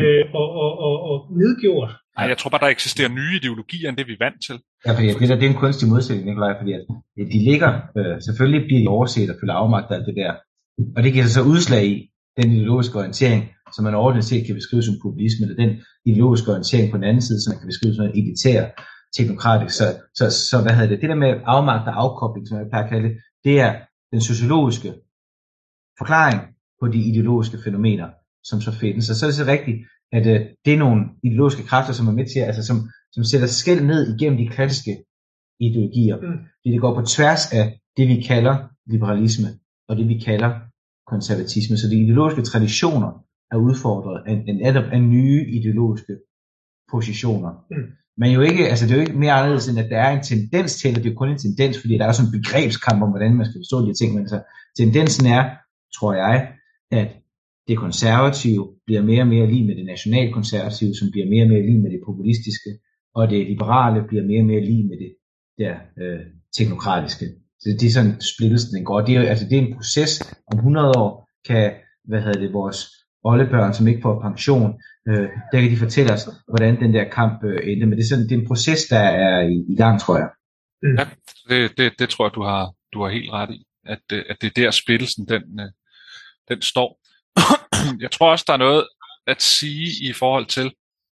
og nedgjort. Nej, jeg tror bare, der eksisterer nye ideologier, end det vi er vant til. Ja, fordi det er en kunstig modsætning, Nikolaj, fordi at de ligger, selvfølgelig bliver de overset og føler afmagt af alt det der. Og det giver sig så udslag i den ideologiske orientering, som man overordnet set kan beskrive som populisme, eller den ideologiske orientering på den anden side, som man kan beskrive som en elitær, teknokratisk. Så hvad hedder det? Det der med afmagt og afkobling, som jeg plejer at kalde det, det er den sociologiske forklaring på de ideologiske fænomener, som så findes. Og så er det så rigtigt, at det er nogle ideologiske kræfter, som er med til, altså som sætter skel ned igennem de klassiske ideologier. Fordi det går på tværs af det, vi kalder liberalisme, og det, vi kalder konservatisme. Så de ideologiske traditioner er udfordret af nye ideologiske positioner. Men jo ikke, altså det er jo ikke mere anderledes, end at der er en tendens til, at det er kun en tendens, fordi der er sådan en begrebskamp om, hvordan man skal forstå de her ting. Men så tendensen er, tror jeg, at det konservative bliver mere og mere lige med det nationalkonservative, som bliver mere og mere lige med det populistiske, og det liberale bliver mere og mere lige med det der teknokratiske. Så det er sådan splittelsen, den går. Det er en proces. Om 100 år kan, vores oldebørn, som ikke får pension, der kan de fortælle os, hvordan den der kamp endte. Men det er en proces, der er i gang, tror jeg. Ja, det tror jeg, du har helt ret i, at det er der splittelsen, den står. Jeg tror også, der er noget at sige i forhold til,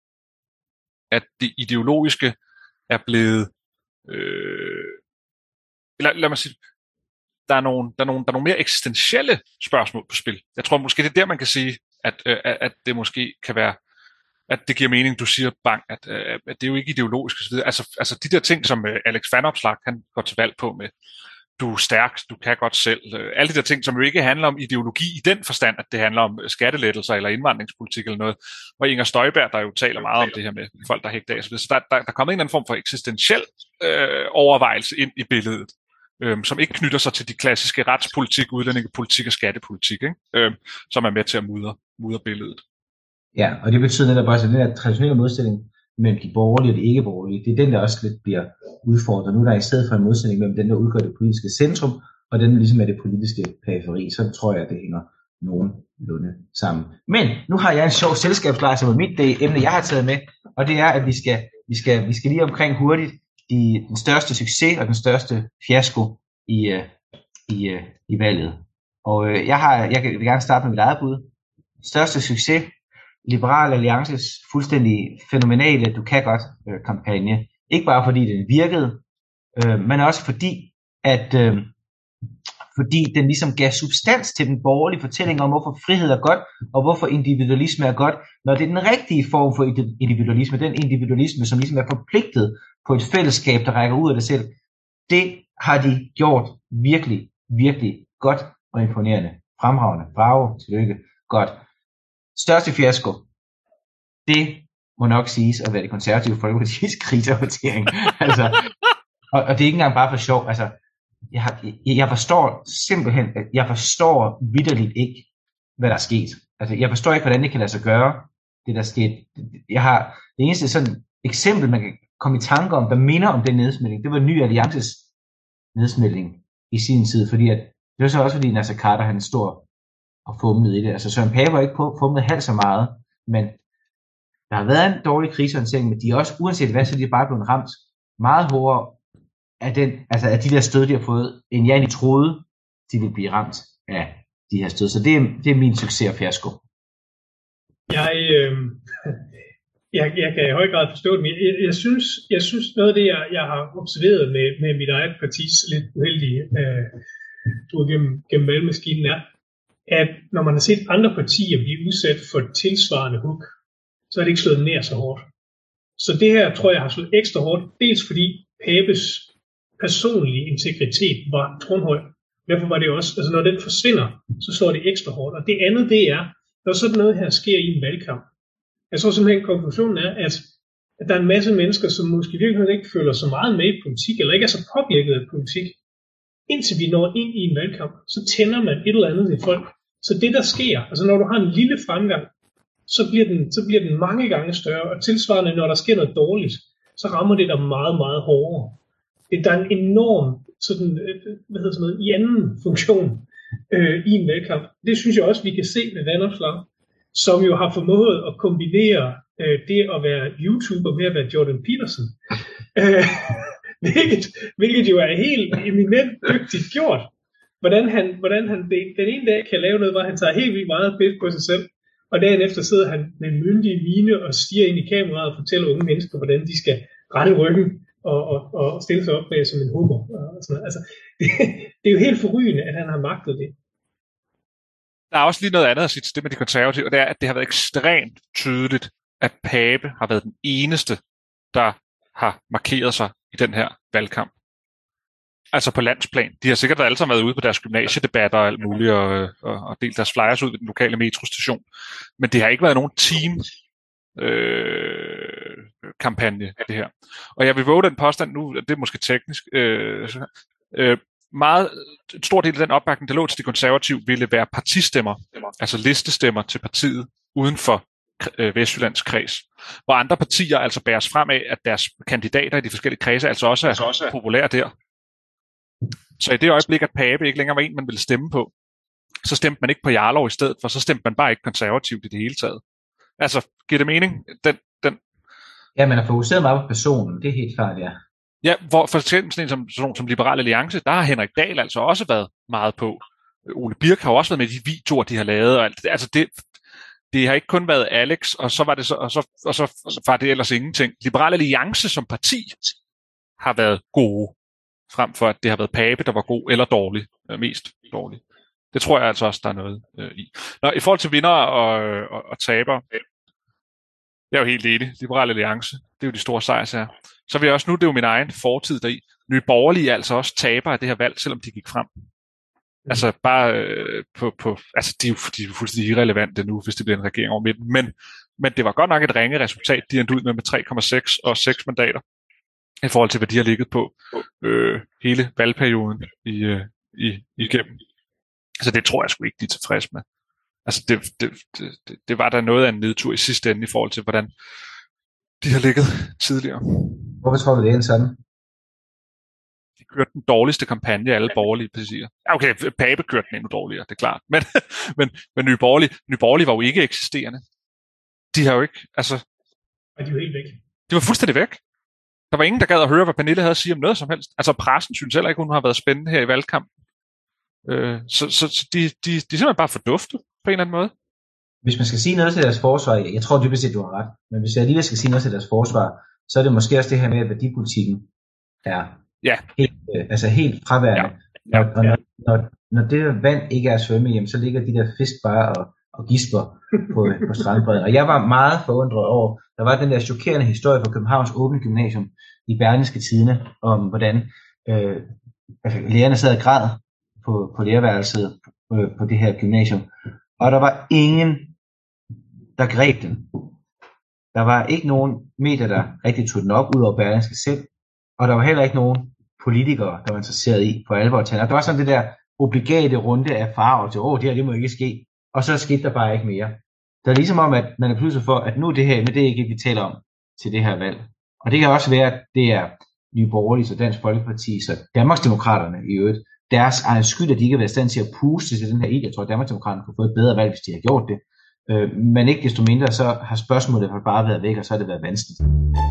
at det ideologiske er blevet, lad mig sige, der er nogle mere eksistentielle spørgsmål på spil. Jeg tror måske, det er der, man kan sige, at det måske kan være, at det giver mening, du siger, Bang, at det er jo ikke ideologisk osv. Altså de der ting, som Alex Vanopslagh, han går til valg på med, du er stærk, du kan godt selv. Alle de der ting, som jo ikke handler om ideologi i den forstand, at det handler om skattelettelser eller indvandringspolitik eller noget. Og Inger Støjberg, der jo taler meget om det her med folk, der hægter af. Så der er kommet en eller anden form for eksistentiel overvejelse ind i billedet, som ikke knytter sig til de klassiske retspolitik, udlændingepolitik og skattepolitik, ikke? Som er med til at mudre billedet. Ja, og det betyder netop også, at den der traditionelle modsætning mellem de borgerlige og de ikke-borgerlige, det er den, der også lidt bliver udfordret. Nu er der i stedet for en modsætning mellem den, der udgør det politiske centrum, og den, der ligesom er det politiske periferi, så tror jeg, at det hænger nogenlunde sammen. Men nu har jeg en sjov selskabsleje, som er mit emne, jeg har taget med, og det er, at vi skal lige omkring hurtigt den største succes og den største fiasko i valget. Og jeg vil gerne starte med mit eget bud. Største succes, Liberal Alliances fuldstændig fænomenale Du kan godt kampagne. Ikke bare fordi den virkede, men også fordi den ligesom gav substans til den borgerlige fortælling om, hvorfor frihed er godt, og hvorfor individualisme er godt, når det er den rigtige form for individualisme, den individualisme, som ligesom er forpligtet på et fællesskab, der rækker ud af det selv. Det har de gjort virkelig, virkelig godt og imponerende. Fremragende. Bravo, tillykke. Godt. Største fiasko, det må nok siges at være det konservative Folkepartis kriseorientering. Altså, Og det er ikke engang bare for sjov. Altså, jeg forstår simpelthen, jeg forstår vitterligt ikke, hvad der er sket. Altså, jeg forstår ikke, hvordan det kan lade sig gøre, det der er sket. Det eneste sådan eksempel, man kan komme i tanke om, der minder om den nedsmeltning, det var Ny Alliances nedsmeltning i sin tid, fordi at, det var så også fordi Naser Khader, han stod og fumlede i det. Altså Søren Pape var ikke fumlet halvt så meget, men der har været en dårlig krisehåndtering, men de er også, uanset hvad, så de er bare blevet ramt meget hårdere af de der stød, de har fået, end jeg egentlig troede, de ville blive ramt af de her stød. Så det er min succes og fiasko. Jeg kan i høj grad forstå det, men jeg synes noget af det, jeg har observeret med mit eget partis lidt uheldige tur gennem valgmaskinen, er, at når man har set andre partier blive udsat for tilsvarende hug, så er det ikke slået nær så hårdt. Så det her tror jeg har slået ekstra hårdt, dels fordi Papes personlige integritet var tronhøj. Derfor var det også, altså når den forsvinder, så slår det ekstra hårdt. Og det andet, det er, når sådan noget her sker i en valgkamp. Jeg tror simpelthen, konklusionen er, at der er en masse mennesker, som måske virkelig ikke føler så meget med i politik, eller ikke er så påvirket af politik. Indtil vi når ind i en valgkamp, så tænder man et eller andet i folk. Så det, der sker, altså når du har en lille fremgang, så bliver den mange gange større, og tilsvarende, når der sker noget dårligt, så rammer det dig meget, meget hårdere. Der er en enorm sådan i anden funktion i en valgkamp. Det synes jeg også, vi kan se med Vanopslagh, som jo har formået at kombinere det at være YouTuber med at være Jordan Peterson. Hvilket jo er helt eminent dygtigt gjort. Hvordan han den ene dag kan lave noget, hvor han tager helt vildt meget pis på sig selv, og dagen efter sidder han med en myndig mine og stiger ind i kameraet og fortæller unge mennesker, hvordan de skal rette ryggen og stille sig op med som en hummer. Og sådan noget. Altså, det er jo helt forrygende, at han har magtet det. Der er også lige noget andet at sige til det med de konservative, og det er, at det har været ekstremt tydeligt, at Pape har været den eneste, der har markeret sig i den her valgkamp. Altså på landsplan. De har sikkert alle sammen været ude på deres gymnasiedebatter og alt muligt, og delt deres flyers ud ved den lokale metrostation. Men det har ikke været nogen kampagne det her. Og jeg vil våge den påstand nu, det er måske teknisk, meget en stor del af den opbakning, der lå til de konservative, ville være partistemmer, altså listestemmer til partiet uden for Vestjyllands kreds, hvor andre partier altså bæres frem af, at deres kandidater i de forskellige kredse altså også er populære der. Så i det øjeblik, at Pape ikke længere var en, man ville stemme på, så stemte man ikke på Jarlov i stedet for, så stemte man bare ikke konservativt i det hele taget. Altså, giver det mening? Ja, man har fokuseret meget på personen, det er helt klart, ja. Ja, hvor for eksempel sådan en som Liberal Alliance, der har Henrik Dahl altså også været meget på. Ole Birk har også været med i de videoer, de har lavet, og alt det. Altså det har ikke kun været Alex, og så var det ellers ingenting. Liberal Alliance som parti har været gode, frem for at det har været Pape, der var god eller dårlig, mest dårlig. Det tror jeg altså også, der er noget i. Nå, i forhold til vinder og taber, jeg er jo helt enig. Liberal Alliance, det er jo de store sejrsager. Så vil jeg også nu, det er jo min egen fortid deri. Nye Borgerlige er altså også taber af det her valg, selvom de gik frem. Altså bare altså de er jo fuldstændig irrelevante nu, hvis det bliver en regering over midten. Men det var godt nok et ringe resultat, de endte ud med 3,6 og 6 mandater, i forhold til, hvad de har ligget på hele valgperioden igennem. Så det tror jeg sgu ikke, de er tilfredse med. Altså det var der noget af en nedtur i sidste ende i forhold til, hvordan de har ligget tidligere. Hvorfor tror du det er sådan? De kørte den dårligste kampagne af alle borgerlige partier. Ja, okay, Pape kørte den endnu dårligere, det er klart. Men Nye Borgerlige var jo ikke eksisterende. De har jo ikke, altså... Og de var helt væk. De var fuldstændig væk. Der var ingen, der gad at høre, hvad Pernille havde at sige om noget som helst. Altså pressen synes heller ikke, hun har været spændende her i valgkampen. Så de er simpelthen bare forduftet på en eller anden måde. Hvis man skal sige noget til deres forsvar, jeg tror dybest set, du har ret, men hvis jeg alligevel skal sige noget til deres forsvar, så er det måske også det her med, at værdipolitikken er helt fraværende. Ja. Når det vand ikke er at svømme hjem, så ligger de der fisk bare og gisper på strandbredden. Og jeg var meget forundret over, der var den der chokerende historie fra Københavns Åbne Gymnasium i Berlingske Tidende, om hvordan lærerne sad og græd på lærerværelset på det her gymnasium. Og der var ingen, der greb den. Der var ikke nogen medier, der rigtig tog den op, ud over Berlingske selv. Og der var heller ikke nogen politikere, der var interesseret i for alvor at tage. Og der var sådan det der obligate runde af farver til, det må ikke ske. Og så skete der bare ikke mere. Der er ligesom om, at man er pludselig for, at nu det her, men det er ikke det, vi taler om til det her valg. Og det kan også være, at det er Nye Borgerlige og Dansk Folkeparti og Danmarksdemokraterne i øvrigt, deres egen skyld, at de ikke har været i stand til at puste til den her idé. Jeg tror, at Danmarksdemokraterne kunne få et bedre valg, hvis de har gjort det. Men ikke desto mindre, så har spørgsmålet bare været væk, og så har det været vanskeligt.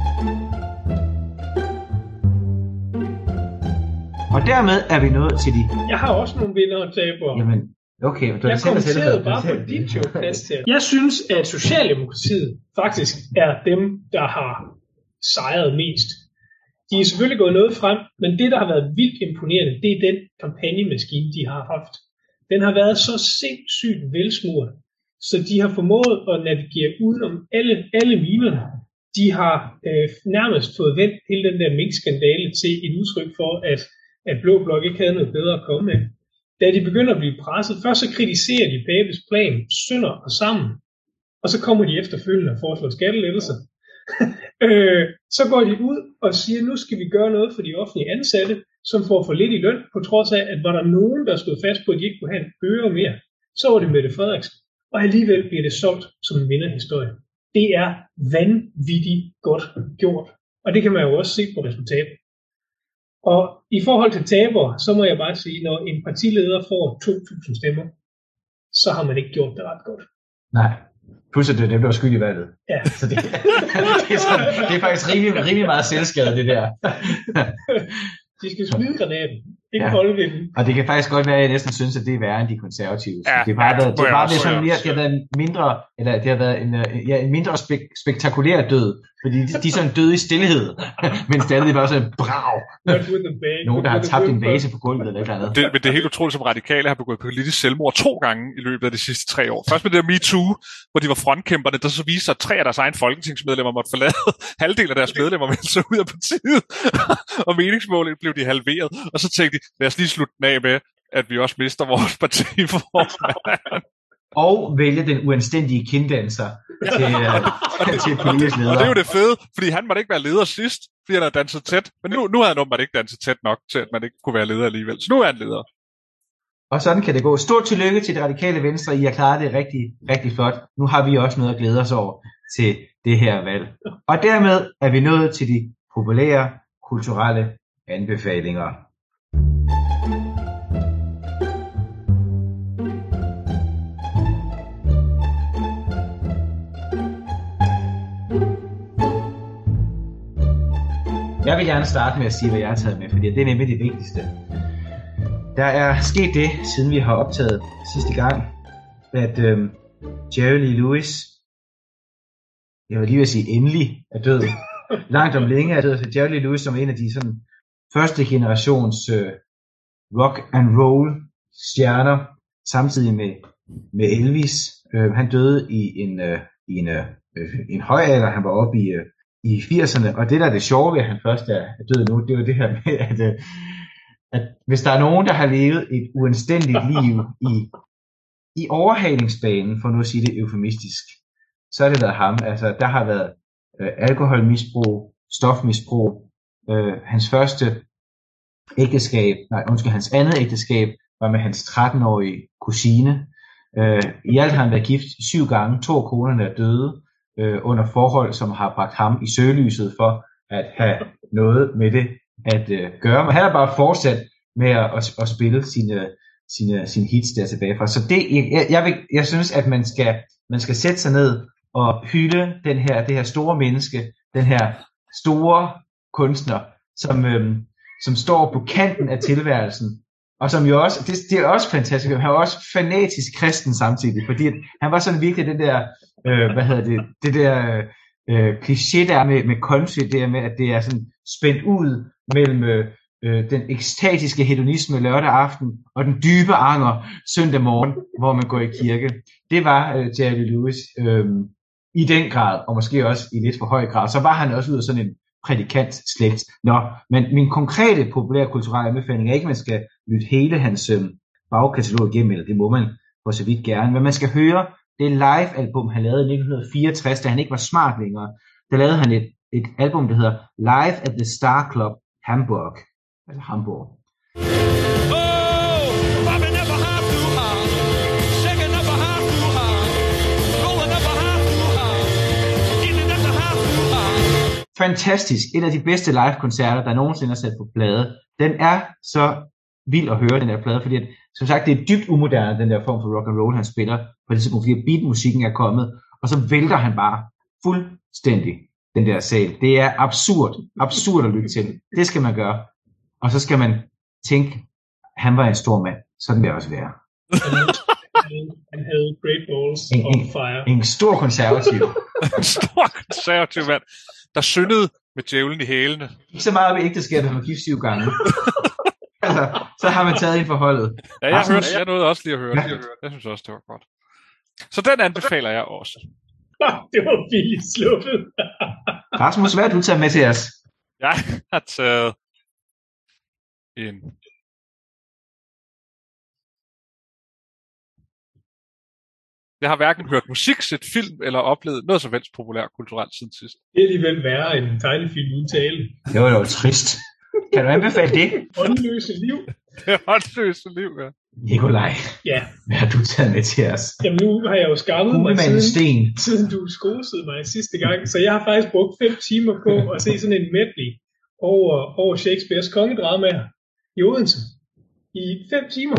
Og dermed er vi nået til de... Jeg har også nogle vinder og tabere. Jamen, okay. Jeg kommenterede bare på dit show plads til. Jeg synes, at Socialdemokratiet faktisk er dem, der har sejret mest. De er selvfølgelig gået noget frem, men det, der har været vildt imponerende, det er den kampagnemaskine, de har haft. Den har været så sindssygt velsmurt, så de har formået at navigere udenom alle minerne. De har nærmest fået vendt hele den der minkskandale til et udtryk for, at Blå Blok ikke havde noget bedre at komme med. Da de begynder at blive presset, først så kritiserer de Papes plan sønder og sammen, og så kommer de efterfølgende og foreslår skattelettelser. Så går de ud og siger, nu skal vi gøre noget for de offentlige ansatte, som får for lidt i løn, på trods af, at var der nogen, der stod fast på, at de ikke kunne have en øre mere, så var det Mette Frederiksen. Og alligevel bliver det solgt som en vinderhistorie. Det er vanvittigt godt gjort. Og det kan man jo også se på resultatet. Og i forhold til tabere, så må jeg bare sige, når en partileder får 2.000 stemmer, så har man ikke gjort det ret godt. Nej. Plus at det blev skyld i valget. Ja. Så det er faktisk rimelig meget selvskadet, det der. De skal smide granaten, ikke holde ved den. Og det kan faktisk godt være, at jeg næsten synes, at det er værre end de konservative. Ja, det har været en mindre spektakulær død, fordi de er sådan døde i stillhed, mens det andet bare sådan brav. Nogen, der har tabt en vase på gulvet eller et eller andet. Men det er helt utroligt, som radikale har begået politisk selvmord 2 gange i løbet af de sidste 3 år. Først med det der MeToo, hvor de var frontkæmperne, der så viste sig, at 3 af deres egen folketingsmedlemmer måtte forlade. Halvdelen af deres medlemmer meldte sig ud af partiet, og meningsmålet blev de halveret. Og så tænkte de, lad os lige slutte den af med, at vi også mister vores partiformand. Og vælge den uanstændige kinddanser til politisk leder. Og det er jo det fede, fordi han måtte ikke være leder sidst, fordi han havde danset tæt. Men nu havde han åbenbart ikke danset tæt nok til, at man ikke kunne være leder alligevel. Så nu er han leder. Og sådan kan det gå. Stort tillykke til det radikale Venstre. I har klaret det rigtig, rigtig flot. Nu har vi også noget at glæde os over til det her valg. Og dermed er vi nået til de populære kulturelle anbefalinger. Jeg vil gerne starte med at sige, hvad jeg har taget med, fordi det er nemlig det vigtigste. Der er sket det, siden vi har optaget sidste gang, at Jerry Lee Lewis, jeg vil lige vil sige endelig, er død. Langt om længe er død. Så Jerry Lee Lewis, som er en af de sådan, første generations rock and roll stjerner, samtidig med Elvis. Han døde i en høj alder. Han var oppe i 80'erne, og det der er det sjove ved, at han først er død nu, det er jo det her med, at hvis der er nogen, der har levet et uanstændigt liv i overhalingsbanen, for nu at sige det eufemistisk, så har det været ham. Altså, der har været alkoholmisbrug, stofmisbrug, hans andet ægteskab var med hans 13-årige kusine. I alt har han været gift 7 gange, 2 af konerne er døde, under forhold, som har bragt ham i søgelyset for at have noget med det at gøre. Men han har bare fortsat med at spille sine hits der tilbage fra. Så jeg synes, at man skal sætte sig ned og hylde det her store menneske, den her store kunstner, som står på kanten af tilværelsen, og som jo også, det er også fantastisk, han var også fanatisk kristen samtidig, fordi han var sådan virkelig den der, det der kliché der med country, det med, at det er sådan spændt ud mellem den ekstatiske hedonisme lørdag aften, og den dybe anger søndag morgen, hvor man går i kirke. Det var Jerry Lee Lewis i den grad, og måske også i lidt for høj grad. Så var han også ud af sådan en prædikant slægt. Men min konkrete populære kulturelle anbefaling er ikke, at man skal lytte hele hans bagkatalog igennem, eller det må man for så vidt gerne, men man skal høre det live-album, han lavede i 1964, da han ikke var smart længere. Der lavede han et album, der hedder Live at the Star Club Hamburg. Altså Hamburg. Fantastisk. Et af de bedste live-koncerter, der nogensinde er sat på plade. Den er så vild at høre, den her plade, fordi at, som sagt, det er dybt umoderne, den der form for rock and roll, han spiller på det tidspunkt, fordi beatmusikken er kommet, og så vælter han bare fuldstændig den der sal. Det er absurd at lytte til. Det skal man gøre. Og så skal man tænke, han var en stor mand. Sådan vil det også være. Han havde great balls on fire. En stor konservativ. En stor konservativ mand, der syndede med djævlen i hælene. Ikke så meget ved ægteskabet, han var gift 7 gange. Altså, så har man taget ind for holdet. Ja, jeg nåede også lige at høre det. Jeg synes også, det var godt. Så den anbefaler jeg også. Det var billigt sluppet. Rasmus, hvad har du taget med til os? Jeg har taget en... Jeg har hverken hørt musik, set film eller oplevet noget som helst populærkulturelt siden sidst. Det er alligevel værre end en tegnefilm uden tale. Det var jo trist. Kan du anbefale det? Åndløse liv. Det er åndløse liv, ja. Nikolaj, Ja. hvad har du taget med til os? Jamen nu har jeg jo skammet mig siden du skosede mig sidste gang, så jeg har faktisk brugt 5 timer på at se sådan en medley over Shakespeares kongedramaer i Odense. I 5 timer.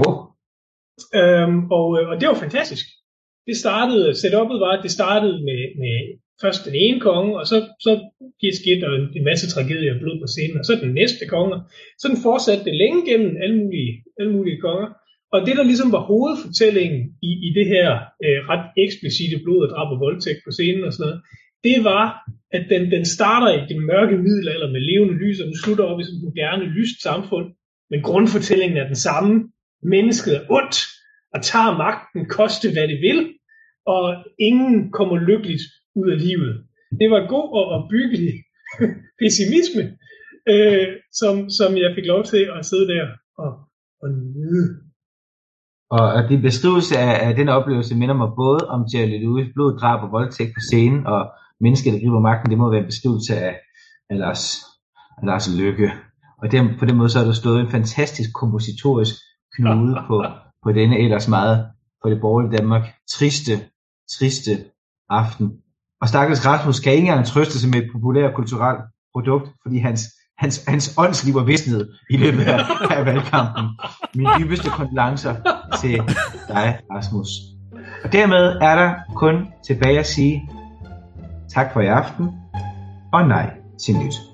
Og det var fantastisk. Setup'et var, at det startede med først den ene konge, og så skete der en masse tragedier og blod på scenen, og så den næste konge. Sådan fortsatte det længe gennem alle mulige konger. Og det, der ligesom var hovedfortællingen i det her ret eksplicite blod og drab og voldtægt på scenen og sådan noget, det var, at den starter i den mørke middelalder med levende lys, og den slutter op i sådan et moderne lyst samfund. Men grundfortællingen er den samme. Mennesket er ondt og tager magten, koste hvad det vil, og ingen kommer lykkeligt ud af livet. Det var god og opbyggelig pessimisme, som jeg fik lov til at sidde der og nyde. Og din beskrivelse af den oplevelse minder mig både om Jerry Lewis, blod, drab og voldtægt på scenen, og mennesker, der griber magten. Det må være en beskrivelse af Lars Løkke. Og på den måde så har der stået en fantastisk kompositorisk knude på denne ellers meget for det borgerlige Danmark triste aften. Og stakkels Rasmus kan ikke engang trøste sig med et populært kulturelt produkt, fordi hans åndsliv var visnet i løbet af valgkampen. Mine dybeste kondolencer til dig, Rasmus. Og dermed er der kun tilbage at sige tak for i aften, og nej til nyt.